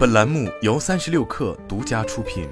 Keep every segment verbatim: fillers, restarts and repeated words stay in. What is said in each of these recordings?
本栏目由三十六氪独家出品。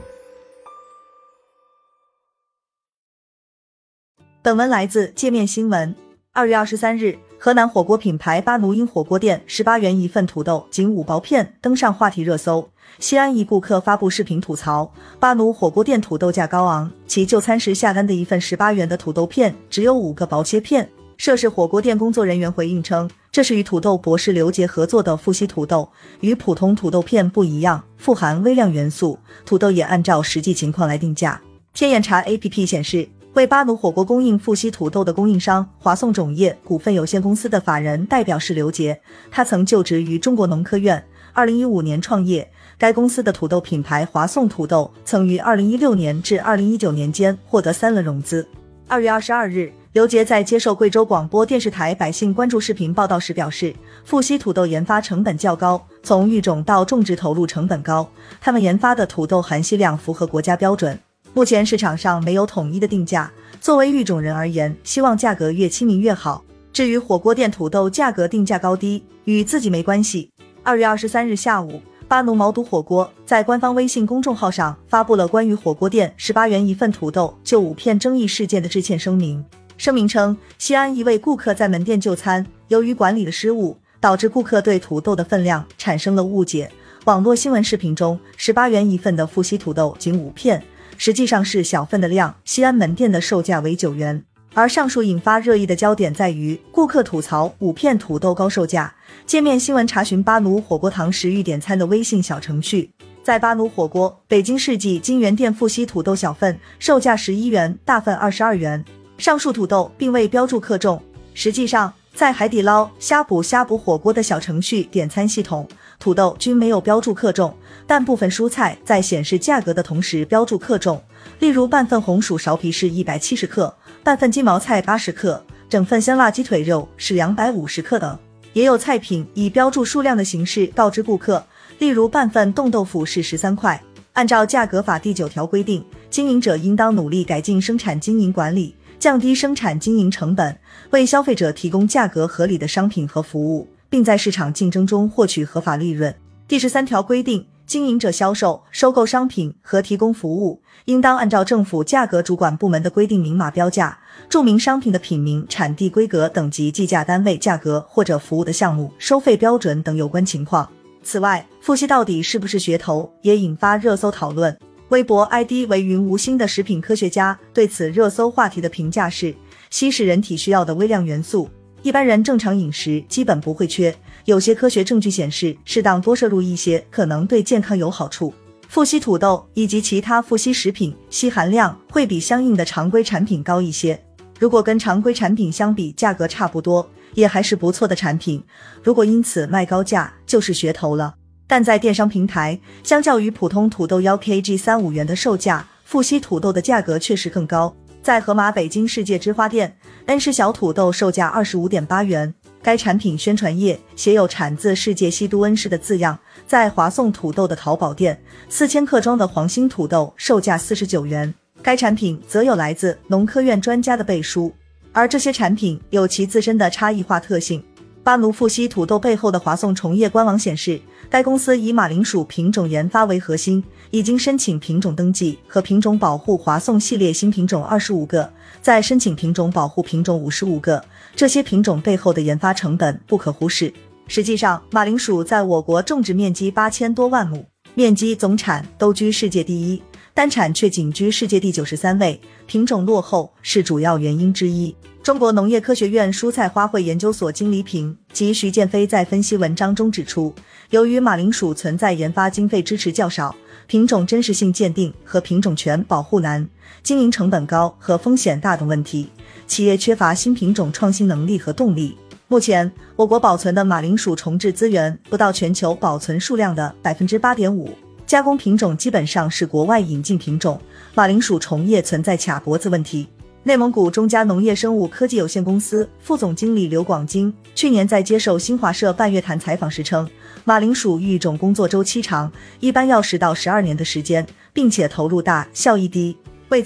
本文来自界面新闻。二月二十三日，河南火锅品牌巴奴因火锅店十八元一份土豆仅五薄片登上话题热搜。西安一顾客发布视频吐槽，巴奴火锅店土豆价高昂，其就餐时下单的一份十八元的土豆片只有五个薄切片。涉事火锅店工作人员回应称，这是与土豆博士刘杰合作的富硒土豆，与普通土豆片不一样，富含微量元素，土豆也按照实际情况来定价。天眼查 A P P 显示，为巴奴火锅供应富硒土豆的供应商华颂种业股份有限公司的法人代表是刘杰，他曾就职于中国农科院，二零一五年创业。该公司的土豆品牌华颂土豆曾于二零一六年至二零一九年间获得三轮融资。二月二十二日，刘杰在接受贵州广播电视台百姓关注视频报道时表示，富硒土豆研发成本较高，从育种到种植投入成本高，他们研发的土豆含硒量符合国家标准。目前市场上没有统一的定价，作为育种人而言，希望价格越亲民越好。至于火锅店土豆价格定价高低，与自己没关系。二月二十三日下午，巴奴毛肚火锅在官方微信公众号上发布了关于火锅店十八元一份土豆就五片争议事件的致歉声明。声明称，西安一位顾客在门店就餐，由于管理的失误，导致顾客对土豆的分量产生了误解。网络新闻视频中，十八元一份的富硒土豆仅五片，实际上是小份的量，西安门店的售价为九元。而上述引发热议的焦点在于顾客吐槽五片土豆高售价。界面新闻查询巴奴火锅堂食欲点餐的微信小程序，在巴奴火锅北京世纪金源店富硒土豆小份售价十一元，大份二十二元。上述土豆并未标注克重。实际上，在海底捞、呷哺呷哺火锅的小程序点餐系统，土豆均没有标注克重，但部分蔬菜在显示价格的同时标注克重，例如半份红薯苕皮是一百七十克，半份金毛菜八十克，整份香辣鸡腿肉是两百五十克等。也有菜品以标注数量的形式告知顾客，例如半份冻豆腐是十三块。按照价格法第九条规定，经营者应当努力改进生产经营管理，降低生产经营成本，为消费者提供价格合理的商品和服务，并在市场竞争中获取合法利润。第十三条规定，经营者销售、收购商品和提供服务，应当按照政府价格主管部门的规定明码标价，注明商品的品名、产地、规格、等级、计价单位、价格或者服务的项目、收费标准等有关情况。此外，富硒到底是不是噱头，也引发热搜讨论。微博 I D 为云无心的食品科学家对此热搜话题的评价是，硒是人体需要的微量元素，一般人正常饮食基本不会缺，有些科学证据显示适当多摄入一些可能对健康有好处。富硒土豆以及其他富硒食品硒含量会比相应的常规产品高一些，如果跟常规产品相比价格差不多，也还是不错的产品，如果因此卖高价就是噱头了。但在电商平台，相较于普通土豆 一 K G 三十五元的售价，富硒土豆的价格确实更高。在盒马北京世界之花店，恩施小土豆售价 二十五点八元，该产品宣传页写有产自世界西都恩施的字样。在华颂土豆的淘宝店，四千克装的黄心土豆售价四十九元，该产品则有来自农科院专家的背书，而这些产品有其自身的差异化特性。巴奴富硒土豆背后的华颂虫业官网显示，该公司以马铃薯品种研发为核心，已经申请品种登记和品种保护华颂系列新品种二十五个，再申请品种保护品种五十五个，这些品种背后的研发成本不可忽视。实际上，马铃薯在我国种植面积八千多万亩，面积总产都居世界第一，单产却仅居世界第九十三位，品种落后是主要原因之一。中国农业科学院蔬菜花卉研究所金黎平及徐建飞在分析文章中指出，由于马铃薯存在研发经费支持较少、品种真实性鉴定和品种权保护难、经营成本高和风险大等问题，企业缺乏新品种创新能力和动力。目前，我国保存的马铃薯重置资源不到全球保存数量的 百分之八点五， 加工品种基本上是国外引进品种，马铃薯虫业存在卡脖子问题。内蒙古中嘉农业生物科技有限公司副总经理刘广京去年在接受新华社半月谈采访时称，马铃薯育种工作周期长，一般要十到十二年的时间，并且投入大，效益低。为此，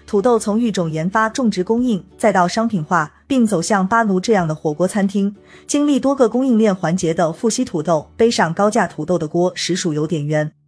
土豆从育种研发、种植、供应，再到商品化，并走向巴奴这样的火锅餐厅，经历多个供应链环节的富硒土豆背上高价土豆的锅，实属有点冤。